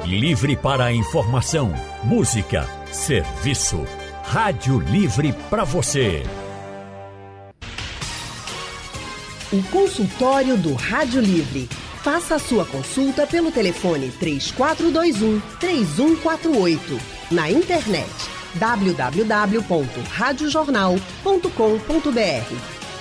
Livre para informação, música, serviço. Rádio Livre para você. O consultório do Rádio Livre. Faça a sua consulta pelo telefone 3421-3148. Na internet www.radiojornal.com.br.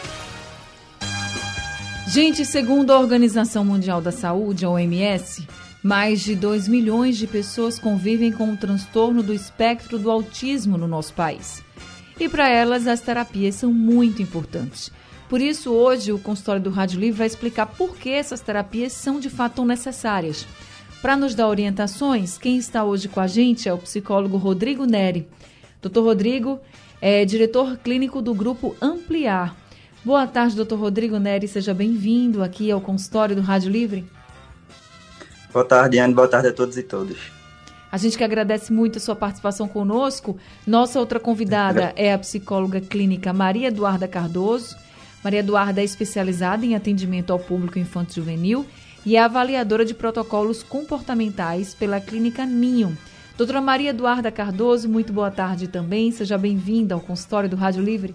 Gente, segundo a Organização Mundial da Saúde, a OMS, mais de 2 milhões de pessoas convivem com o transtorno do espectro do autismo no nosso país. E para elas, as terapias são muito importantes. Por isso, hoje, o consultório do Rádio Livre vai explicar por que essas terapias são de fato tão necessárias. Para nos dar orientações, quem está hoje com a gente é o psicólogo Rodrigo Neri. Dr. Rodrigo é diretor clínico do Grupo Ampliar. Boa tarde, Dr. Rodrigo Neri, seja bem-vindo aqui ao consultório do Rádio Livre. Boa tarde, Anne, boa tarde a todos e todas. A gente que agradece muito a sua participação conosco. Nossa outra convidada é a psicóloga clínica Maria Eduarda Cardoso. Maria Eduarda é especializada em atendimento ao público infantil e juvenil e é avaliadora de protocolos comportamentais pela Clínica Ninho. Doutora Maria Eduarda Cardoso, muito boa tarde também. Seja bem-vinda ao consultório do Rádio Livre.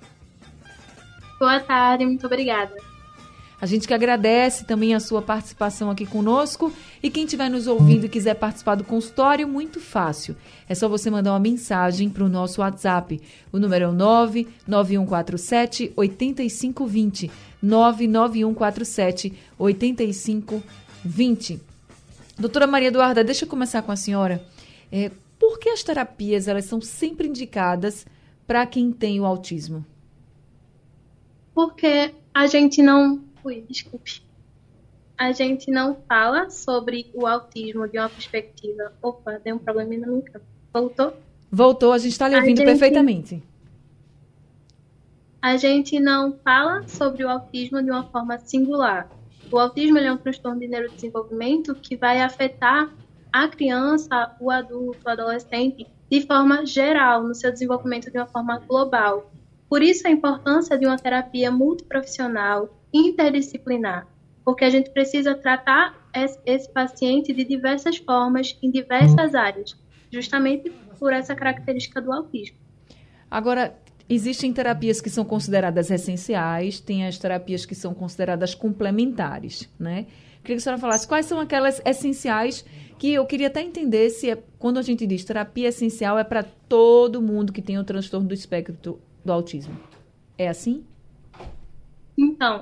Boa tarde, muito obrigada. A gente que agradece também a sua participação aqui conosco. E quem estiver nos ouvindo e quiser participar do consultório, muito fácil. É só você mandar uma mensagem para o nosso WhatsApp. O número é o 99147-8520. 99147-8520. Doutora Maria Eduarda, deixa eu começar com a senhora. Por que as terapias elas são sempre indicadas para quem tem o autismo? Porque a gente não fala sobre o autismo de uma perspectiva... Opa, deu um problema no microfone. Voltou? Voltou, a gente está lhe ouvindo perfeitamente. A gente não fala sobre o autismo de uma forma singular. O autismo é um transtorno de neurodesenvolvimento que vai afetar a criança, o adulto, o adolescente, de forma geral, no seu desenvolvimento de uma forma global. Por isso a importância de uma terapia multiprofissional, interdisciplinar, porque a gente precisa tratar esse paciente de diversas formas, em diversas áreas, justamente por essa característica do autismo. Agora, existem terapias que são consideradas essenciais, tem as terapias que são consideradas complementares, né? Queria que a senhora falasse quais são aquelas essenciais, que eu queria até entender se quando a gente diz terapia essencial é para todo mundo que tem o transtorno do espectro do autismo. É assim? Então,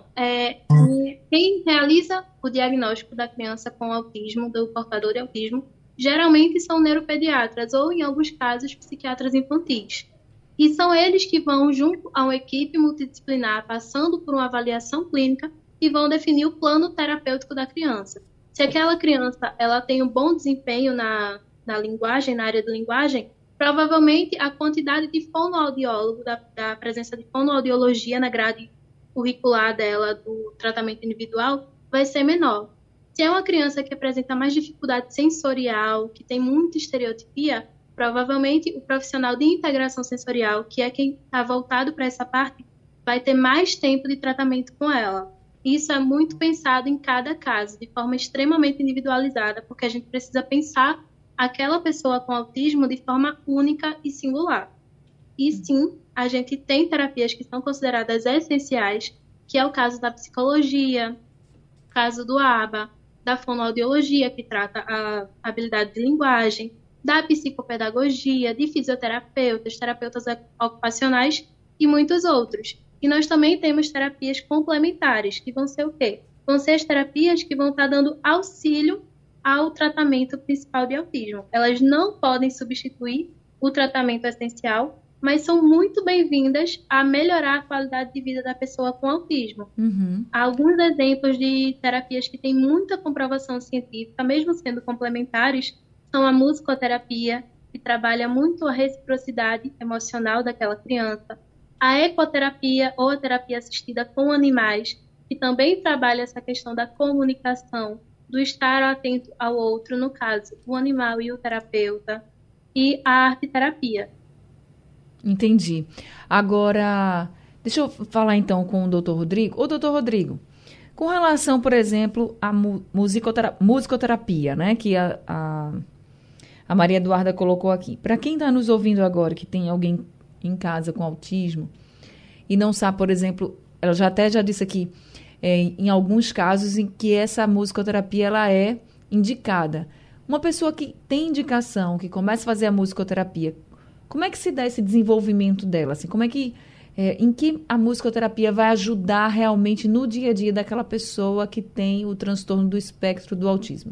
quem realiza o diagnóstico da criança com autismo, do portador de autismo, geralmente são neuropediatras ou, em alguns casos, psiquiatras infantis. E são eles que vão, junto a uma equipe multidisciplinar, passando por uma avaliação clínica, e vão definir o plano terapêutico da criança. Se aquela criança ela tem um bom desempenho na linguagem, na área de linguagem, provavelmente a quantidade de fonoaudiólogo, da presença de fonoaudiologia na grade curricular dela, do tratamento individual, vai ser menor. Se é uma criança que apresenta mais dificuldade sensorial, que tem muita estereotipia, provavelmente o profissional de integração sensorial, que é quem está voltado para essa parte, vai ter mais tempo de tratamento com ela. Isso é muito pensado em cada caso, de forma extremamente individualizada, porque a gente precisa pensar aquela pessoa com autismo de forma única e singular. E sim, a gente tem terapias que são consideradas essenciais, que é o caso da psicologia, o caso do ABA, da fonoaudiologia, que trata a habilidade de linguagem, da psicopedagogia, de fisioterapeutas, terapeutas ocupacionais e muitos outros. E nós também temos terapias complementares, que vão ser o quê? Vão ser as terapias que vão estar dando auxílio ao tratamento principal de autismo. Elas não podem substituir o tratamento essencial, mas são muito bem-vindas a melhorar a qualidade de vida da pessoa com autismo. Alguns exemplos de terapias que têm muita comprovação científica, mesmo sendo complementares, são a musicoterapia, que trabalha muito a reciprocidade emocional daquela criança, a ecoterapia ou a terapia assistida com animais, que também trabalha essa questão da comunicação, do estar atento ao outro, no caso, o animal e o terapeuta, e a arte-terapia. Entendi. Agora, deixa eu falar então com o doutor Rodrigo. Ô, doutor Rodrigo, com relação, por exemplo, à musicoterapia, né, que a A Maria Eduarda colocou aqui. Para quem está nos ouvindo agora, que tem alguém em casa com autismo e não sabe, por exemplo, ela já disse aqui, em alguns casos em que essa musicoterapia ela é indicada. Uma pessoa que tem indicação, que começa a fazer a musicoterapia, como é que se dá esse desenvolvimento dela? Assim, como é que, em que a musicoterapia vai ajudar realmente no dia a dia daquela pessoa que tem o transtorno do espectro do autismo?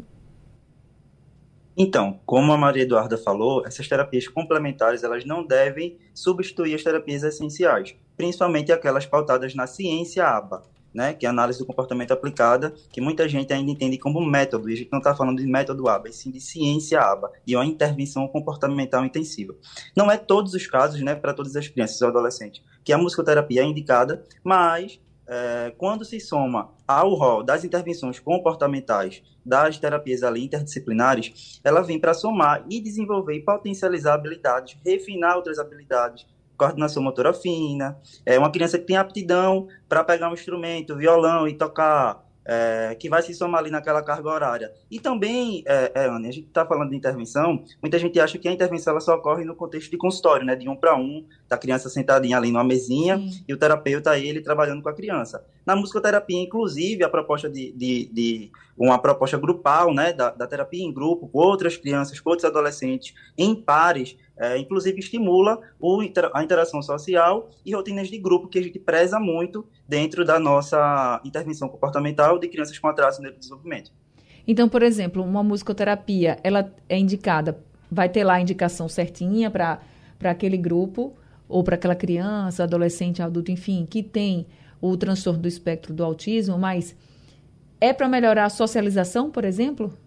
Então, como a Maria Eduarda falou, essas terapias complementares elas não devem substituir as terapias essenciais, principalmente aquelas pautadas na ciência ABA, né, que é a análise do comportamento aplicada, que muita gente ainda entende como método, e a gente não está falando de método ABA, e sim de ciência ABA, e uma intervenção comportamental intensiva. Não é todos os casos, né, para todas as crianças ou adolescentes, que a musicoterapia é indicada, mas quando se soma ao rol das intervenções comportamentais, das terapias ali interdisciplinares, ela vem para somar e desenvolver e potencializar habilidades, refinar outras habilidades, coordenação motora fina, uma criança que tem aptidão para pegar um instrumento, violão e tocar, que vai se somar ali naquela carga horária. E também, Ana, a gente está falando de intervenção, muita gente acha que a intervenção ela só ocorre no contexto de consultório, né, de 1 para 1, da criança sentadinha ali numa mesinha, sim, e o terapeuta, ele trabalhando com a criança. Na musicoterapia, inclusive, a proposta de uma proposta grupal, né, da terapia em grupo, com outras crianças, com outros adolescentes, em pares, inclusive estimula a interação social e rotinas de grupo que a gente preza muito dentro da nossa intervenção comportamental de crianças com atraso no neurodesenvolvimento. Então, por exemplo, uma musicoterapia, ela é indicada, vai ter lá a indicação certinha para aquele grupo, ou para aquela criança, adolescente, adulto, enfim, que tem o transtorno do espectro do autismo, mas é para melhorar a socialização, por exemplo?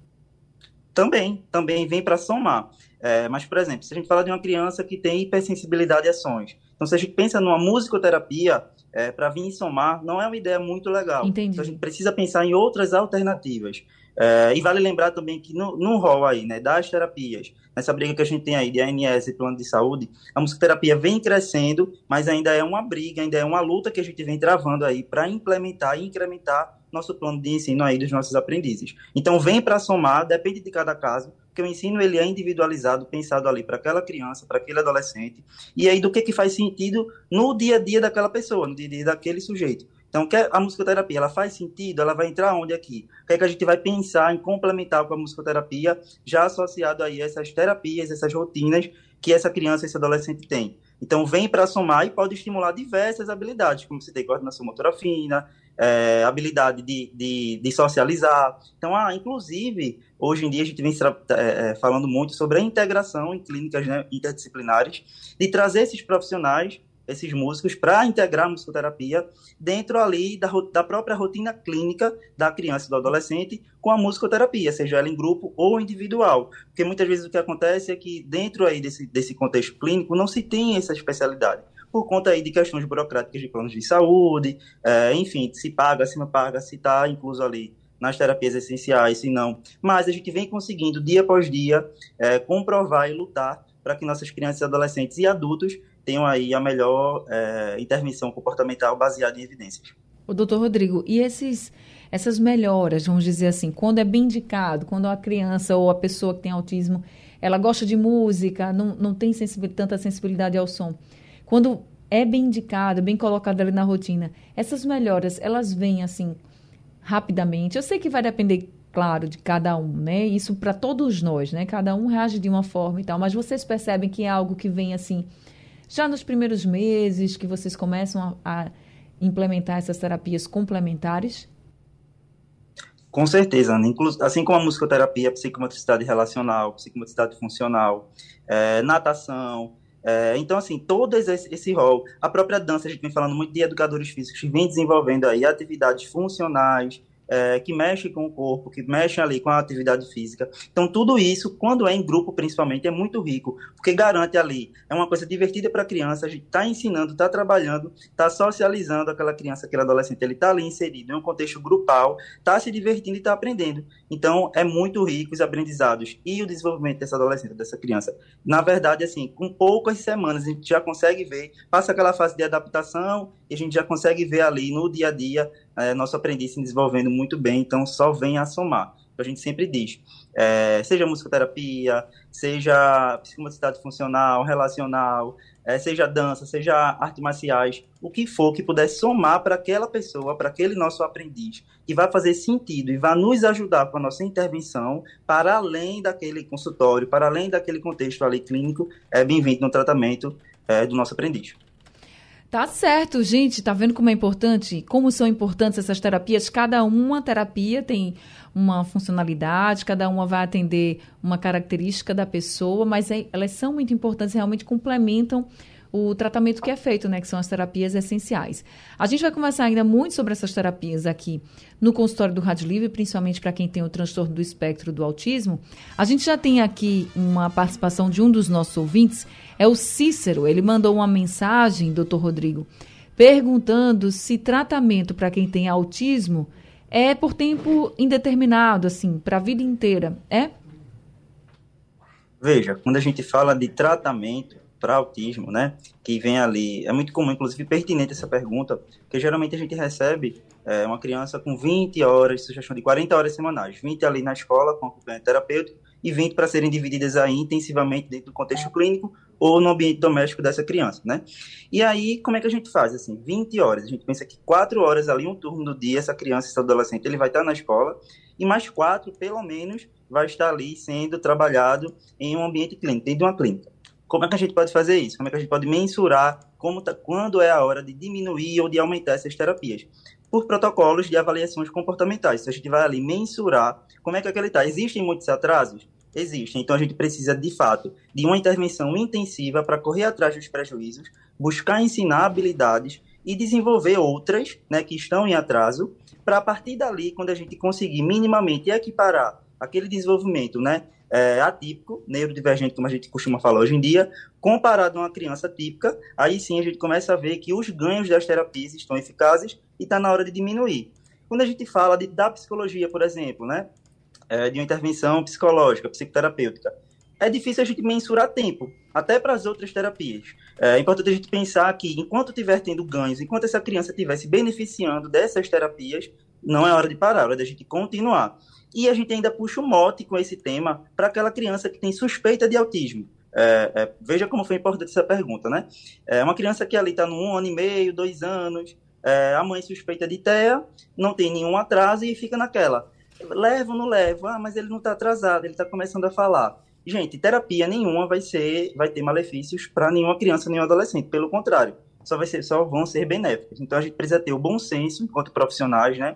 Também vem para somar. Mas, por exemplo, se a gente fala de uma criança que tem hipersensibilidade a sons, então se a gente pensa numa musicoterapia, para vir somar, não é uma ideia muito legal. Entendi. Então a gente precisa pensar em outras alternativas. E vale lembrar também que no rol aí, né, das terapias, nessa briga que a gente tem aí de ANS e plano de saúde, a musicoterapia vem crescendo, mas ainda é uma briga, ainda é uma luta que a gente vem travando aí para implementar e incrementar nosso plano de ensino aí dos nossos aprendizes. Então vem para somar, depende de cada caso, porque o ensino ele é individualizado, pensado ali para aquela criança, para aquele adolescente, e aí do que faz sentido no dia a dia daquela pessoa, no dia a dia daquele sujeito. Então, a musicoterapia, ela faz sentido? Ela vai entrar onde aqui? O que é que a gente vai pensar em complementar com a musicoterapia, já associado aí a essas terapias, essas rotinas que essa criança, esse adolescente tem? Então, vem para somar e pode estimular diversas habilidades, como você tem coordenação motora fina, habilidade de socializar. Então, inclusive, hoje em dia a gente vem falando muito sobre a integração em clínicas, né, interdisciplinares, de trazer esses profissionais, esses músicos, para integrar a musicoterapia dentro ali da própria rotina clínica da criança e do adolescente com a musicoterapia, seja ela em grupo ou individual. Porque muitas vezes o que acontece é que dentro aí desse contexto clínico não se tem essa especialidade, por conta aí de questões burocráticas de planos de saúde, enfim, se paga, se não paga, se está incluso ali nas terapias essenciais, se não. Mas a gente vem conseguindo, dia após dia, comprovar e lutar para que nossas crianças, adolescentes e adultos tenham aí a melhor intervenção comportamental baseada em evidências. O doutor Rodrigo, e essas melhoras, vamos dizer assim, quando é bem indicado, quando a criança ou a pessoa que tem autismo, ela gosta de música, não tem tanta sensibilidade ao som, quando é bem indicado, bem colocado ali na rotina, essas melhoras, elas vêm assim, rapidamente? Eu sei que vai depender, claro, de cada um, né? Isso para todos nós, né? Cada um reage de uma forma e tal, mas vocês percebem que é algo que vem assim, já nos primeiros meses que vocês começam a implementar essas terapias complementares? Com certeza, Ana. Assim como a musicoterapia, psicomotricidade relacional, psicomotricidade funcional, natação. Então, assim, todo esse rol, a própria dança, a gente vem falando muito de educadores físicos que vem desenvolvendo aí atividades funcionais, que mexem com o corpo, que mexem ali com a atividade física. Então, tudo isso, quando é em grupo, principalmente, é muito rico, porque garante ali, é uma coisa divertida para a criança, a gente está ensinando, está trabalhando, está socializando aquela criança, aquele adolescente, ele está ali inserido em um contexto grupal, está se divertindo e está aprendendo. Então, é muito rico os aprendizados e o desenvolvimento dessa adolescente, dessa criança. Na verdade, assim, com poucas semanas, a gente já consegue ver, passa aquela fase de adaptação e a gente já consegue ver ali no dia a dia nosso aprendiz se desenvolvendo muito bem, então só vem a somar. que a gente sempre diz. Seja musicoterapia, seja psicomotricidade funcional, relacional, seja dança, seja artes marciais, o que for que puder somar para aquela pessoa, para aquele nosso aprendiz, que vai fazer sentido e vai nos ajudar com a nossa intervenção, para além daquele consultório, para além daquele contexto ali clínico, é bem-vindo no tratamento do nosso aprendiz. Tá certo, gente. Tá vendo como é importante? Como são importantes essas terapias? Cada uma terapia tem uma funcionalidade, cada uma vai atender uma característica da pessoa, mas elas são muito importantes, realmente complementam o tratamento que é feito, né? Que são as terapias essenciais. A gente vai conversar ainda muito sobre essas terapias aqui no consultório do Rádio Livre, principalmente para quem tem o transtorno do espectro do autismo. A gente já tem aqui uma participação de um dos nossos ouvintes, é o Cícero. Ele mandou uma mensagem, doutor Rodrigo, perguntando se tratamento para quem tem autismo é por tempo indeterminado, assim, para a vida inteira, é? Veja, quando a gente fala de tratamento para autismo, né, que vem ali, é muito comum, inclusive pertinente essa pergunta, porque geralmente a gente recebe uma criança com 20 horas, sugestão de 40 horas semanais, 20 ali na escola com acompanhamento terapêutico e 20 para serem divididas aí intensivamente dentro do contexto clínico ou no ambiente doméstico dessa criança, né? E aí, como é que a gente faz? Assim, 20 horas, a gente pensa que 4 horas ali, um turno do dia, essa criança, esse adolescente, ele vai estar na escola, e mais 4, pelo menos, vai estar ali sendo trabalhado em um ambiente clínico, dentro de uma clínica. Como é que a gente pode fazer isso? Como é que a gente pode mensurar quando é a hora de diminuir ou de aumentar essas terapias? Por protocolos de avaliações comportamentais. Se a gente vai ali mensurar como é que ele está. Existem muitos atrasos? Existem. Então, a gente precisa, de fato, de uma intervenção intensiva para correr atrás dos prejuízos, buscar ensinar habilidades e desenvolver outras, né, que estão em atraso, para, a partir dali, quando a gente conseguir minimamente equiparar aquele desenvolvimento, né, atípico, neurodivergente, como a gente costuma falar hoje em dia, comparado a uma criança típica, aí sim a gente começa a ver que os ganhos das terapias estão eficazes e está na hora de diminuir. Quando a gente fala da psicologia, por exemplo, né, de uma intervenção psicológica, psicoterapêutica, é difícil a gente mensurar tempo, até para as outras terapias. É importante a gente pensar que, enquanto estiver tendo ganhos, enquanto essa criança estiver se beneficiando dessas terapias, não é hora de parar, é hora da gente continuar. E a gente ainda puxa o mote com esse tema para aquela criança que tem suspeita de autismo. Veja como foi importante essa pergunta, né? Uma criança que ali está no 1 ano e meio, 2 anos, a mãe suspeita de TEA, não tem nenhum atraso e fica naquela. Levo ou não levo? Mas ele não está atrasado, ele está começando a falar. Gente, terapia nenhuma vai ter malefícios para nenhuma criança, nenhum adolescente. Pelo contrário, só vão ser benéficas. Então, a gente precisa ter o bom senso, enquanto profissionais, né,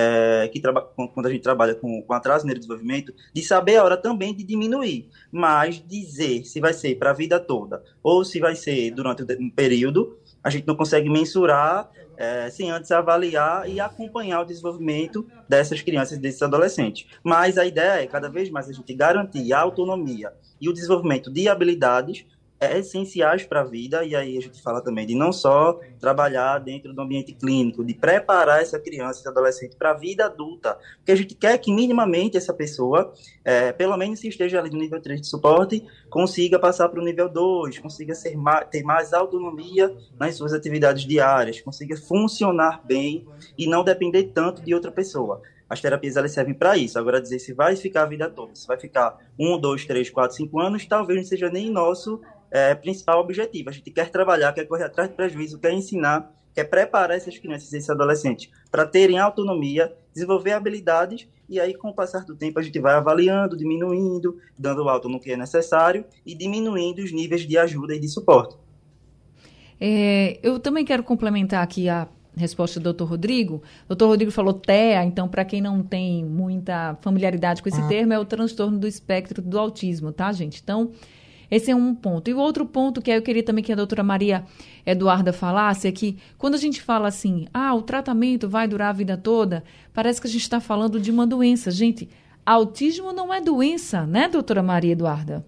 quando a gente trabalha com atraso no desenvolvimento, de saber a hora também de diminuir. Mas dizer se vai ser para a vida toda ou se vai ser durante um período, a gente não consegue mensurar sem antes avaliar e acompanhar o desenvolvimento dessas crianças e desses adolescentes. Mas a ideia é, cada vez mais, a gente garantir a autonomia e o desenvolvimento de habilidades essenciais para a vida, e aí a gente fala também de não só trabalhar dentro do ambiente clínico, de preparar essa criança, esse adolescente para a vida adulta, porque a gente quer que minimamente essa pessoa, pelo menos se esteja ali no nível 3 de suporte, consiga passar para o nível 2, consiga ter mais autonomia nas suas atividades diárias, consiga funcionar bem e não depender tanto de outra pessoa. As terapias, elas servem para isso. Agora, dizer se vai ficar a vida toda, se vai ficar 1, 2, 3, 4, 5 anos, talvez não seja nem nosso principal objetivo. A gente quer trabalhar, quer correr atrás de prejuízo, quer ensinar, quer preparar essas crianças e esses adolescentes para terem autonomia, desenvolver habilidades, e aí, com o passar do tempo, a gente vai avaliando, diminuindo, dando alto no que é necessário e diminuindo os níveis de ajuda e de suporte. Eu também quero complementar aqui a resposta do Dr. Rodrigo. O Dr. Rodrigo falou TEA, então, para quem não tem muita familiaridade com esse termo, é o transtorno do espectro do autismo, tá, gente? Então, esse é um ponto. E o outro ponto que eu queria também que a doutora Maria Eduarda falasse é que, quando a gente fala assim, o tratamento vai durar a vida toda, parece que a gente está falando de uma doença. Gente, autismo não é doença, né, doutora Maria Eduarda?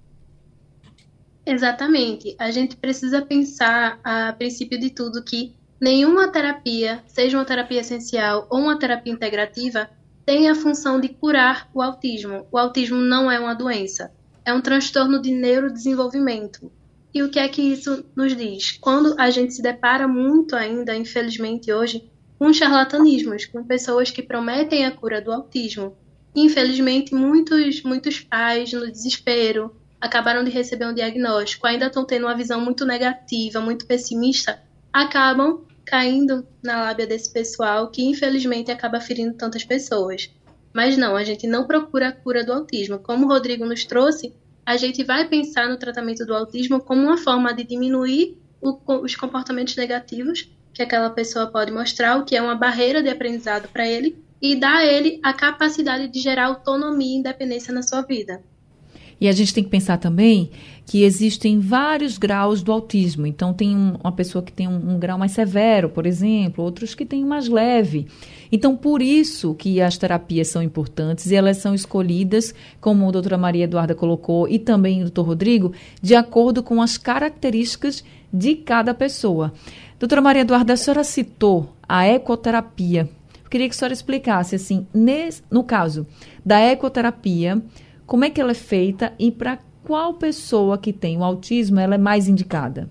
Exatamente. A gente precisa pensar, a princípio de tudo, que nenhuma terapia, seja uma terapia essencial ou uma terapia integrativa, tem a função de curar o autismo. O autismo não é uma doença. É um transtorno de neurodesenvolvimento. E o que é que isso nos diz? Quando a gente se depara muito ainda, infelizmente hoje, com charlatanismos, com pessoas que prometem a cura do autismo, Infelizmente, muitos pais, no desespero, acabaram de receber um diagnóstico, ainda estão tendo uma visão muito negativa, muito pessimista, acabam caindo na lábia desse pessoal que, infelizmente, acaba ferindo tantas pessoas. Mas não, a gente não procura a cura do autismo. Como o Rodrigo nos trouxe, a gente vai pensar no tratamento do autismo como uma forma de diminuir os comportamentos negativos que aquela pessoa pode mostrar, o que é uma barreira de aprendizado para ele, e dar a ele a capacidade de gerar autonomia e independência na sua vida. E a gente tem que pensar também que existem vários graus do autismo. Então, tem uma pessoa que tem um grau mais severo, por exemplo, outros que têm mais leve. Então, por isso que as terapias são importantes e elas são escolhidas, como a doutora Maria Eduarda colocou, e também o doutor Rodrigo, de acordo com as características de cada pessoa. Doutora Maria Eduarda, a senhora citou a ecoterapia. Eu queria que a senhora explicasse, assim, no caso da ecoterapia, como é que ela é feita e para qual pessoa que tem o autismo ela é mais indicada?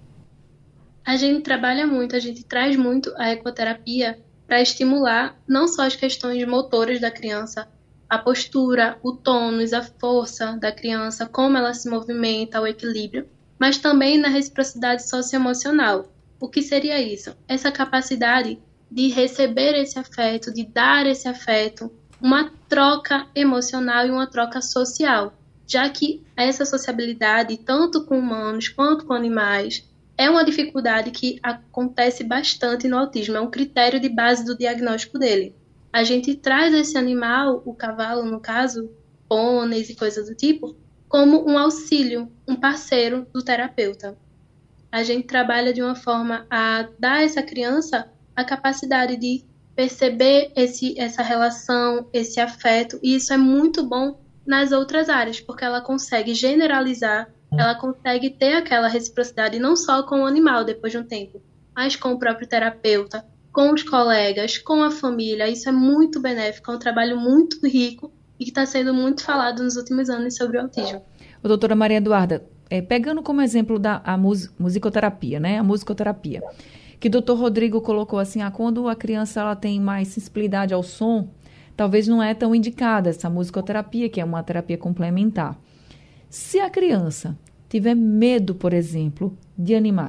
A gente trabalha muito, a gente traz muito a ecoterapia para estimular não só as questões motoras da criança, a postura, o tônus, a força da criança, como ela se movimenta, o equilíbrio, mas também na reciprocidade socioemocional. O que seria isso? Essa capacidade de receber esse afeto, de dar esse afeto, uma troca emocional e uma troca social, já que essa sociabilidade, tanto com humanos quanto com animais, é uma dificuldade que acontece bastante no autismo, é um critério de base do diagnóstico dele. A gente traz esse animal, o cavalo no caso, pôneis e coisas do tipo, como um auxílio, um parceiro do terapeuta. A gente trabalha de uma forma a dar a essa criança a capacidade de perceber essa relação, esse afeto, e isso é muito bom nas outras áreas, porque ela consegue generalizar, ela consegue ter aquela reciprocidade não só com o animal depois de um tempo, mas com o próprio terapeuta, com os colegas, com a família. Isso é muito benéfico, é um trabalho muito rico e que está sendo muito falado nos últimos anos sobre o autismo. Doutora Maria Eduarda, pegando como exemplo a musicoterapia, né? A musicoterapia, que o doutor Rodrigo colocou assim, quando a criança ela tem mais sensibilidade ao som, talvez não é tão indicada essa musicoterapia, que é uma terapia complementar. Se a criança tiver medo, por exemplo, de animal,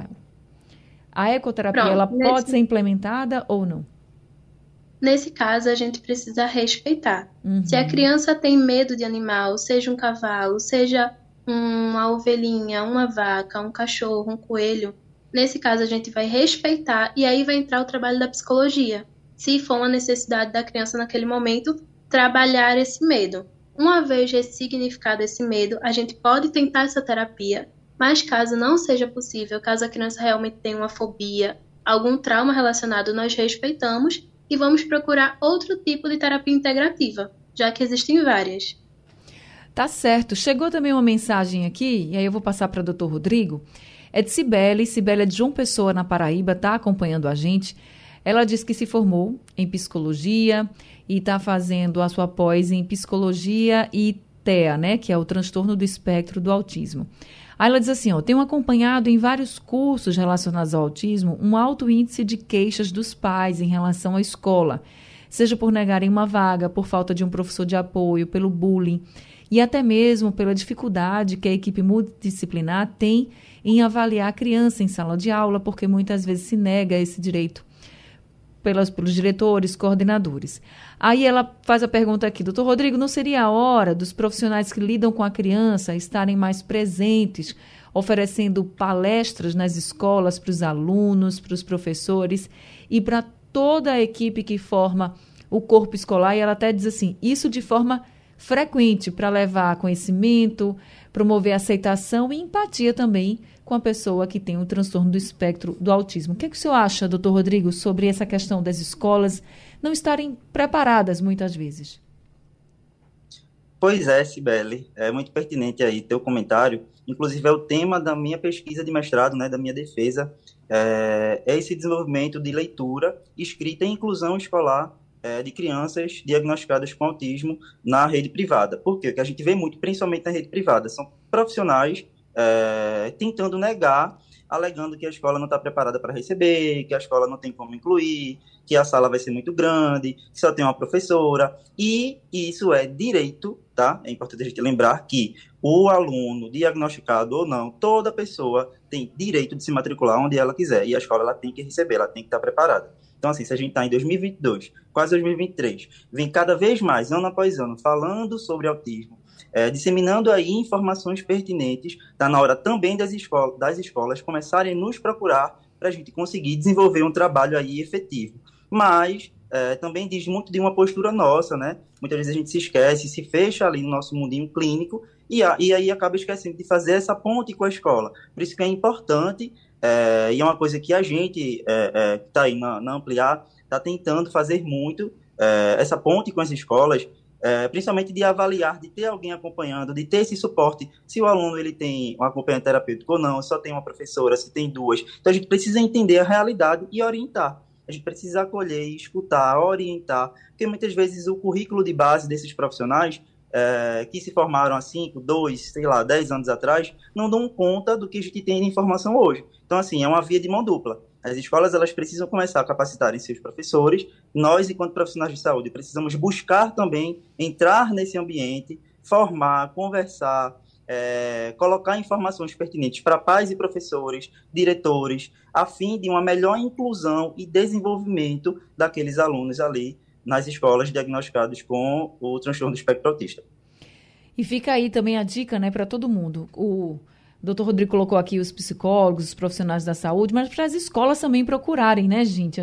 a ecoterapia ela pode ser implementada ou não? Nesse caso, a gente precisa respeitar. Se a criança tem medo de animal, seja um cavalo, seja uma ovelhinha, uma vaca, um cachorro, um coelho, nesse caso a gente vai respeitar e aí vai entrar o trabalho da psicologia. Se for uma necessidade da criança naquele momento, trabalhar esse medo. Uma vez ressignificado esse medo, a gente pode tentar essa terapia, mas caso não seja possível, caso a criança realmente tenha uma fobia, algum trauma relacionado, nós respeitamos e vamos procurar outro tipo de terapia integrativa, já que existem várias. Tá certo. Chegou também uma mensagem aqui, e aí eu vou passar para o doutor Rodrigo. É de Cibele. Cibele é de João Pessoa, na Paraíba, está acompanhando a gente. Ela diz que se formou em psicologia e está fazendo a sua pós em psicologia e TEA, né, que é o transtorno do espectro do autismo. Aí ela diz assim, tenho acompanhado em vários cursos relacionados ao autismo um alto índice de queixas dos pais em relação à escola, seja por negarem uma vaga, por falta de um professor de apoio, pelo bullying e até mesmo pela dificuldade que a equipe multidisciplinar tem em avaliar a criança em sala de aula, porque muitas vezes se nega esse direito pelos diretores, coordenadores. Aí ela faz a pergunta aqui, doutor Rodrigo, não seria a hora dos profissionais que lidam com a criança estarem mais presentes, oferecendo palestras nas escolas para os alunos, para os professores e para toda a equipe que forma o corpo escolar? E ela até diz assim, isso de forma frequente, para levar conhecimento, promover aceitação e empatia também com a pessoa que tem o transtorno do espectro do autismo. O que é que o senhor acha, doutor Rodrigo, sobre essa questão das escolas não estarem preparadas muitas vezes? Pois é, Cibele, é muito pertinente aí teu comentário. Inclusive é o tema da minha pesquisa de mestrado, né, da minha defesa, é esse desenvolvimento de leitura, escrita e inclusão escolar de crianças diagnosticadas com autismo na rede privada. Por quê? Porque a gente vê muito, principalmente na rede privada, são profissionais tentando negar alegando que a escola não está preparada para receber, que a escola não tem como incluir, que a sala vai ser muito grande, que só tem uma professora, e isso é direito, tá? É importante a gente lembrar que o aluno, diagnosticado ou não, toda pessoa tem direito de se matricular onde ela quiser, e a escola ela tem que receber, ela tem que estar preparada. Então, assim, se a gente está em 2022, quase 2023, vem cada vez mais, ano após ano, falando sobre autismo, disseminando aí informações pertinentes, está na hora também das escolas começarem a nos procurar para a gente conseguir desenvolver um trabalho aí efetivo. Mas também diz muito de uma postura nossa, né? Muitas vezes a gente se esquece, se fecha ali no nosso mundinho clínico e aí acaba esquecendo de fazer essa ponte com a escola. Por isso que é importante, e é uma coisa que a gente que está aí na Ampliar está tentando fazer muito, essa ponte com as escolas, principalmente de avaliar, de ter alguém acompanhando, de ter esse suporte, se o aluno ele tem um acompanhamento terapêutico ou não, só tem uma professora, se tem duas. Então a gente precisa entender a realidade e orientar. A gente precisa acolher, escutar, orientar, porque muitas vezes o currículo de base desses profissionais que se formaram há 5, 2, 10 anos atrás, não dão conta do que a gente tem de informação hoje. Então, assim, é uma via de mão dupla. As escolas elas precisam começar a capacitarem seus professores. Nós, enquanto profissionais de saúde, precisamos buscar também entrar nesse ambiente, formar, conversar, colocar informações pertinentes para pais e professores, diretores, a fim de uma melhor inclusão e desenvolvimento daqueles alunos ali nas escolas diagnosticados com o transtorno do espectro autista. E fica aí também a dica, né, para todo mundo. O Dr. Rodrigo colocou aqui os psicólogos, os profissionais da saúde, mas para as escolas também procurarem, né, gente? A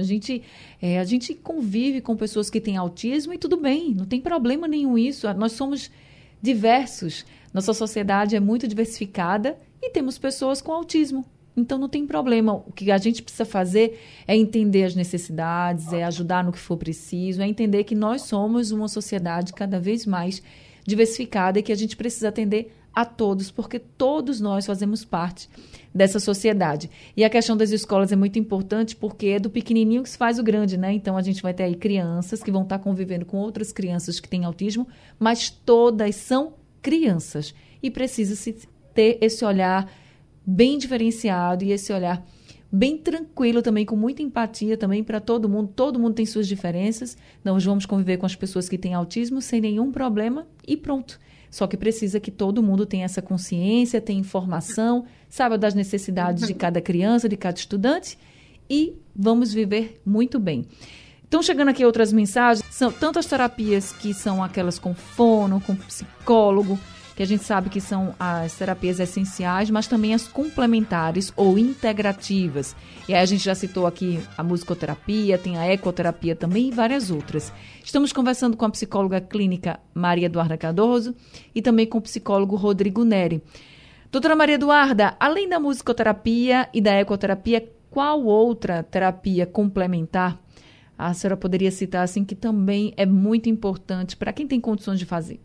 gente convive com pessoas que têm autismo e tudo bem, não tem problema nenhum isso. Nós somos diversos, nossa sociedade é muito diversificada e temos pessoas com autismo. Então, não tem problema. O que a gente precisa fazer é entender as necessidades, é ajudar no que for preciso, é entender que nós somos uma sociedade cada vez mais diversificada e que a gente precisa atender a todos, porque todos nós fazemos parte dessa sociedade. E a questão das escolas é muito importante porque é do pequenininho que se faz o grande, né? Então, a gente vai ter aí crianças que vão estar convivendo com outras crianças que têm autismo, mas todas são crianças. E precisa-se ter esse olhar bem diferenciado e esse olhar bem tranquilo também, com muita empatia também para todo mundo tem suas diferenças, nós vamos conviver com as pessoas que têm autismo sem nenhum problema e pronto, só que precisa que todo mundo tenha essa consciência, tenha informação, saiba das necessidades de cada criança, de cada estudante e vamos viver muito bem. Então, chegando aqui outras mensagens, são tantas terapias que são aquelas com fono, com psicólogo, que a gente sabe que são as terapias essenciais, mas também as complementares ou integrativas. E aí a gente já citou aqui a musicoterapia, tem a ecoterapia também e várias outras. Estamos conversando com a psicóloga clínica Maria Eduarda Cardoso e também com o psicólogo Rodrigo Neri. Doutora Maria Eduarda, além da musicoterapia e da ecoterapia, qual outra terapia complementar a senhora poderia citar assim que também é muito importante para quem tem condições de fazer?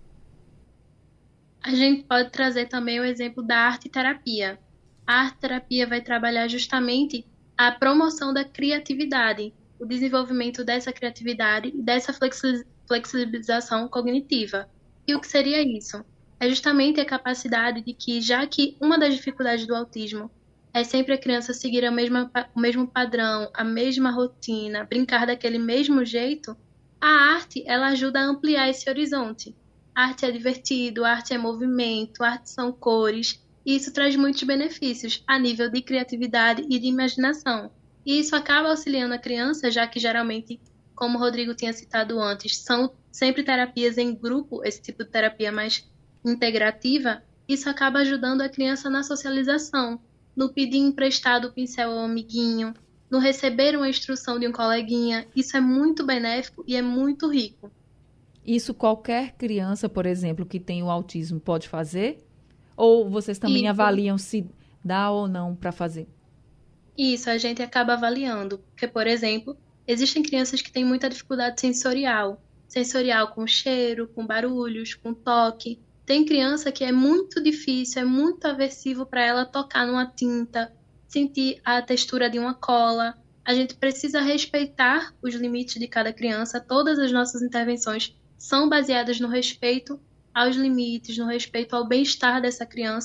A gente pode trazer também o exemplo da arte-terapia. A arte-terapia vai trabalhar justamente a promoção da criatividade, o desenvolvimento dessa criatividade e dessa flexibilização cognitiva. E o que seria isso? É justamente a capacidade de que, já que uma das dificuldades do autismo é sempre a criança seguir o mesmo padrão, a mesma rotina, brincar daquele mesmo jeito, a arte ela ajuda a ampliar esse horizonte. A arte é divertido, a arte é movimento, a arte são cores, e isso traz muitos benefícios a nível de criatividade e de imaginação. E isso acaba auxiliando a criança, já que geralmente, como o Rodrigo tinha citado antes, são sempre terapias em grupo, esse tipo de terapia mais integrativa, isso acaba ajudando a criança na socialização, no pedir emprestado o pincel ao amiguinho, no receber uma instrução de um coleguinha. Isso é muito benéfico e é muito rico. Isso qualquer criança, por exemplo, que tem o autismo pode fazer? Ou vocês também avaliam se dá ou não para fazer? Isso, a gente acaba avaliando. Porque, por exemplo, existem crianças que têm muita dificuldade sensorial. Sensorial com cheiro, com barulhos, com toque. Tem criança que é muito difícil, é muito aversivo para ela tocar numa tinta, sentir a textura de uma cola. A gente precisa respeitar os limites de cada criança. Todas as nossas intervenções são baseadas no respeito aos limites, no respeito ao bem-estar dessa criança,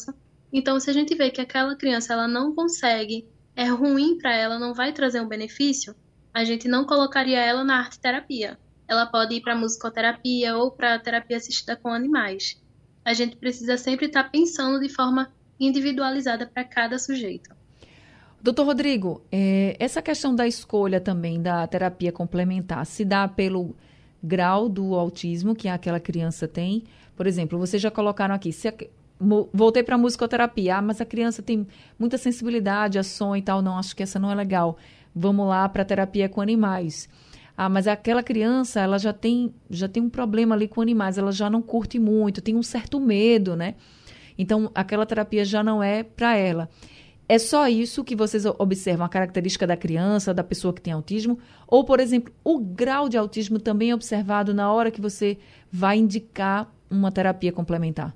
Então, se a gente vê que aquela criança ela não consegue, é ruim para ela, não vai trazer um benefício, a gente não colocaria ela na arte-terapia. Ela pode ir para musicoterapia ou para terapia assistida com animais. A gente precisa sempre estar pensando de forma individualizada para cada sujeito. Doutor Rodrigo, essa questão da escolha também da terapia complementar se dá pelo grau do autismo que aquela criança tem? Por exemplo, vocês já colocaram aqui, voltei para a musicoterapia, mas a criança tem muita sensibilidade a som e tal, não, acho que essa não é legal. Vamos lá para a terapia com animais. Mas aquela criança, ela já tem um problema ali com animais, ela já não curte muito, tem um certo medo, né? Então, aquela terapia já não é para ela. É só isso que vocês observam, a característica da criança, da pessoa que tem autismo? Ou, por exemplo, o grau de autismo também é observado na hora que você vai indicar uma terapia complementar?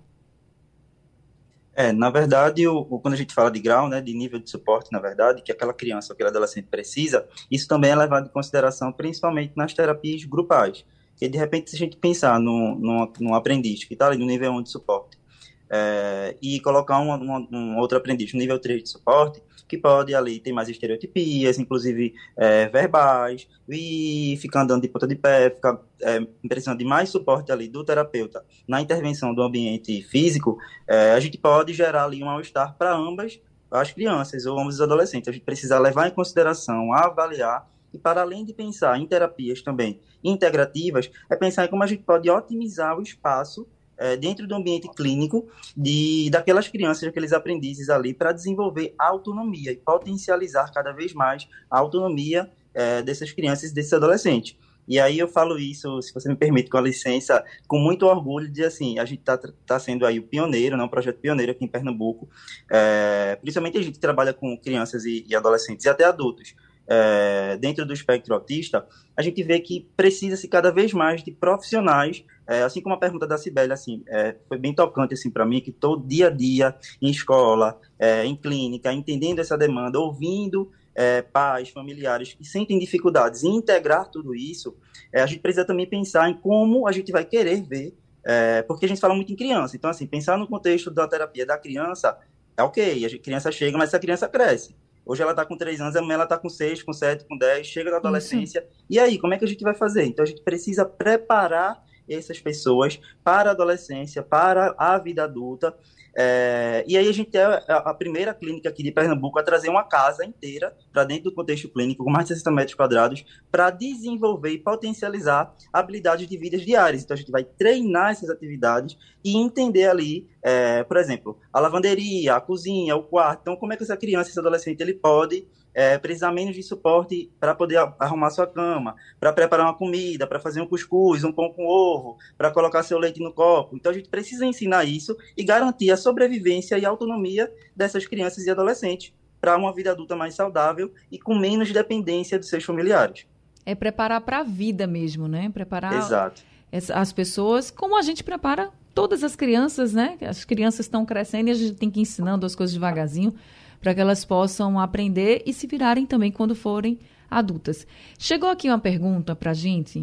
Na verdade, quando a gente fala de grau, né, de nível de suporte, na verdade, que aquela criança ou aquele adolescente precisa, isso também é levado em consideração, principalmente nas terapias grupais. E, de repente, se a gente pensar num aprendiz que está ali no nível 1 de suporte, e colocar um outro aprendiz no nível 3 de suporte, que pode ali ter mais estereotipias, inclusive verbais, e ficar andando de ponta de pé, ficar precisando de mais suporte ali do terapeuta na intervenção do ambiente físico, a gente pode gerar ali um mal-estar para ambas as crianças ou ambos os adolescentes. A gente precisa levar em consideração, avaliar, e para além de pensar em terapias também integrativas, pensar em como a gente pode otimizar o espaço dentro do ambiente clínico daquelas crianças, daqueles aprendizes ali, para desenvolver a autonomia e potencializar cada vez mais a autonomia dessas crianças e desses adolescentes. E aí eu falo isso, se você me permite, com a licença, com muito orgulho de, assim, a gente tá sendo aí o pioneiro, né, um projeto pioneiro aqui em Pernambuco, principalmente a gente que trabalha com crianças e adolescentes e até adultos, dentro do espectro autista, a gente vê que precisa-se cada vez mais de profissionais, assim como a pergunta da Cibele, assim, foi bem tocante assim, para mim, que todo dia a dia, em escola, em clínica, entendendo essa demanda, ouvindo pais, familiares que sentem dificuldades em integrar tudo isso, a gente precisa também pensar em como a gente vai querer ver, porque a gente fala muito em criança, então assim, pensar no contexto da terapia da criança, ok, a criança chega, mas essa criança cresce. Hoje ela está com 3 anos, amanhã ela está com 6, com 7, com 10, chega na adolescência. Isso. E aí, como é que a gente vai fazer? Então, a gente precisa preparar essas pessoas para a adolescência, para a vida adulta. E aí a gente é a primeira clínica aqui de Pernambuco a trazer uma casa inteira para dentro do contexto clínico, com mais de 60 metros quadrados, para desenvolver e potencializar habilidades de vidas diárias. Então, a gente vai treinar essas atividades e entender ali, por exemplo, a lavanderia, a cozinha, o quarto. Então, como é que essa criança, esse adolescente, ele pode precisar menos de suporte para poder arrumar sua cama, para preparar uma comida, para fazer um cuscuz, um pão com ovo, para colocar seu leite no copo. Então, a gente precisa ensinar isso e garantir a sobrevivência e a autonomia dessas crianças e adolescentes para uma vida adulta mais saudável e com menos dependência dos seus familiares. É preparar para a vida mesmo, né? Preparar Exato. As pessoas, como a gente prepara todas as crianças, né? As crianças estão crescendo e a gente tem que ir ensinando as coisas devagarzinho para que elas possam aprender e se virarem também quando forem adultas. Chegou aqui uma pergunta para a gente.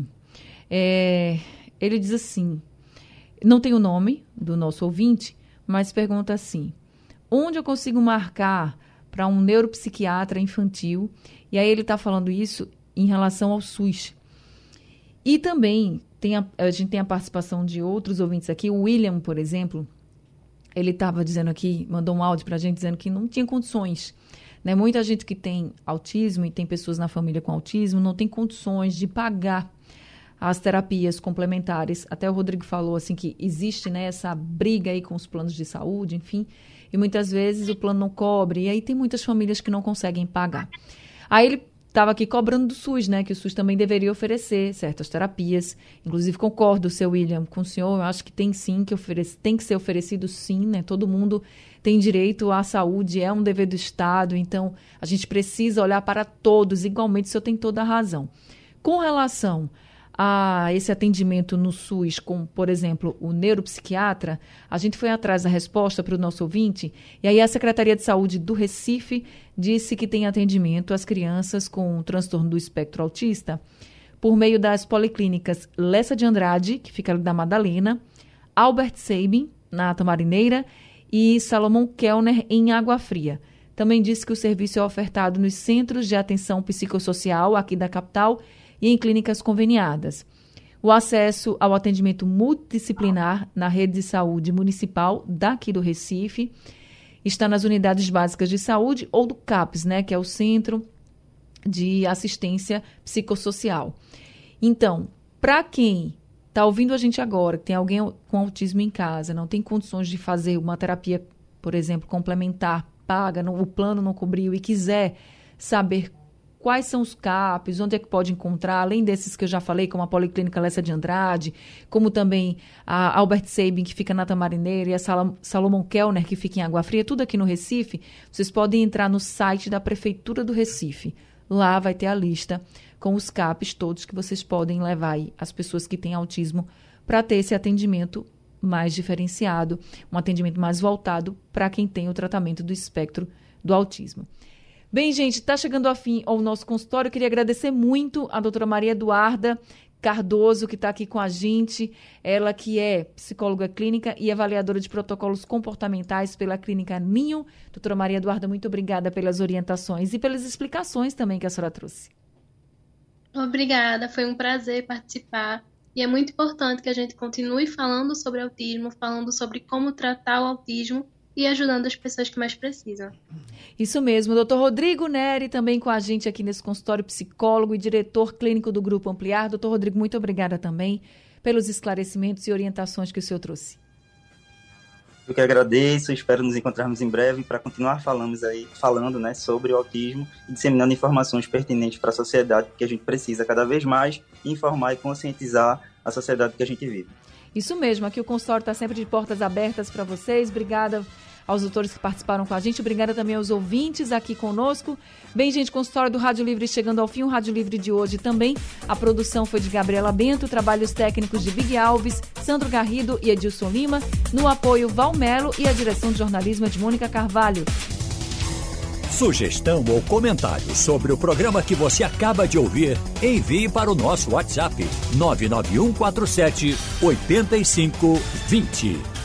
Ele diz assim, não tem o nome do nosso ouvinte, mas pergunta assim, onde eu consigo marcar para um neuropsiquiatra infantil? E aí ele está falando isso em relação ao SUS. E também a gente tem a participação de outros ouvintes aqui. O William, por exemplo, ele estava dizendo aqui, mandou um áudio para a gente dizendo que não tinha condições. Né? Muita gente que tem autismo e tem pessoas na família com autismo não tem condições de pagar as terapias complementares. Até o Rodrigo falou assim que existe, né, essa briga aí com os planos de saúde, enfim, e muitas vezes o plano não cobre, e aí tem muitas famílias que não conseguem pagar. Aí ele estava aqui cobrando do SUS, né, que o SUS também deveria oferecer certas terapias. Inclusive, concordo, seu William, com o senhor, eu acho que tem sim, tem que ser oferecido sim, né, todo mundo tem direito à saúde, é um dever do Estado, então a gente precisa olhar para todos igualmente, o senhor tem toda a razão. Com relação a esse atendimento no SUS com, por exemplo, o neuropsiquiatra, a gente foi atrás da resposta para o nosso ouvinte, e aí a Secretaria de Saúde do Recife disse que tem atendimento às crianças com transtorno do espectro autista por meio das policlínicas Lessa de Andrade, que fica ali da Madalena, Albert Sabin, na Tamarineira, e Salomão Kellner, em Água Fria. Também disse que o serviço é ofertado nos centros de atenção psicossocial aqui da capital e em clínicas conveniadas. O acesso ao atendimento multidisciplinar na rede de saúde municipal daqui do Recife está nas unidades básicas de saúde ou do CAPS, né, que é o Centro de Assistência Psicossocial. Então, para quem está ouvindo a gente agora, que tem alguém com autismo em casa, não tem condições de fazer uma terapia, por exemplo, complementar, paga, o plano não cobriu e quiser saber quais são os CAPs, onde é que pode encontrar, além desses que eu já falei, como a Policlínica Lessa de Andrade, como também a Albert Sabin, que fica na Tamarineira, e a Salomão Kellner, que fica em Água Fria, tudo aqui no Recife, vocês podem entrar no site da Prefeitura do Recife. Lá vai ter a lista com os CAPs todos que vocês podem levar aí as pessoas que têm autismo para ter esse atendimento mais diferenciado, um atendimento mais voltado para quem tem o tratamento do espectro do autismo. Bem, gente, está chegando ao fim o nosso consultório. Eu queria agradecer muito a doutora Maria Eduarda Cardoso, que está aqui com a gente. Ela que é psicóloga clínica e avaliadora de protocolos comportamentais pela Clínica Ninho. Doutora Maria Eduarda, muito obrigada pelas orientações e pelas explicações também que a senhora trouxe. Obrigada, foi um prazer participar. E é muito importante que a gente continue falando sobre autismo, falando sobre como tratar o autismo e ajudando as pessoas que mais precisam. Isso mesmo. Doutor Rodrigo Neri também com a gente aqui nesse consultório, psicólogo e diretor clínico do Grupo Ampliar. Doutor Rodrigo, muito obrigada também pelos esclarecimentos e orientações que o senhor trouxe. Eu que agradeço, espero nos encontrarmos em breve para continuar falando, né, sobre o autismo e disseminando informações pertinentes para a sociedade, porque a gente precisa cada vez mais informar e conscientizar a sociedade que a gente vive. Isso mesmo, aqui o consultório está sempre de portas abertas para vocês. Obrigada aos doutores que participaram com a gente. Obrigada também aos ouvintes aqui conosco. Bem, gente, consultório do Rádio Livre chegando ao fim. O Rádio Livre de hoje também. A produção foi de Gabriela Bento, trabalhos técnicos de Big Alves, Sandro Garrido e Edilson Lima. No apoio, Valmelo e a direção de jornalismo é de Mônica Carvalho. Sugestão ou comentário sobre o programa que você acaba de ouvir, envie para o nosso WhatsApp 99147 8520.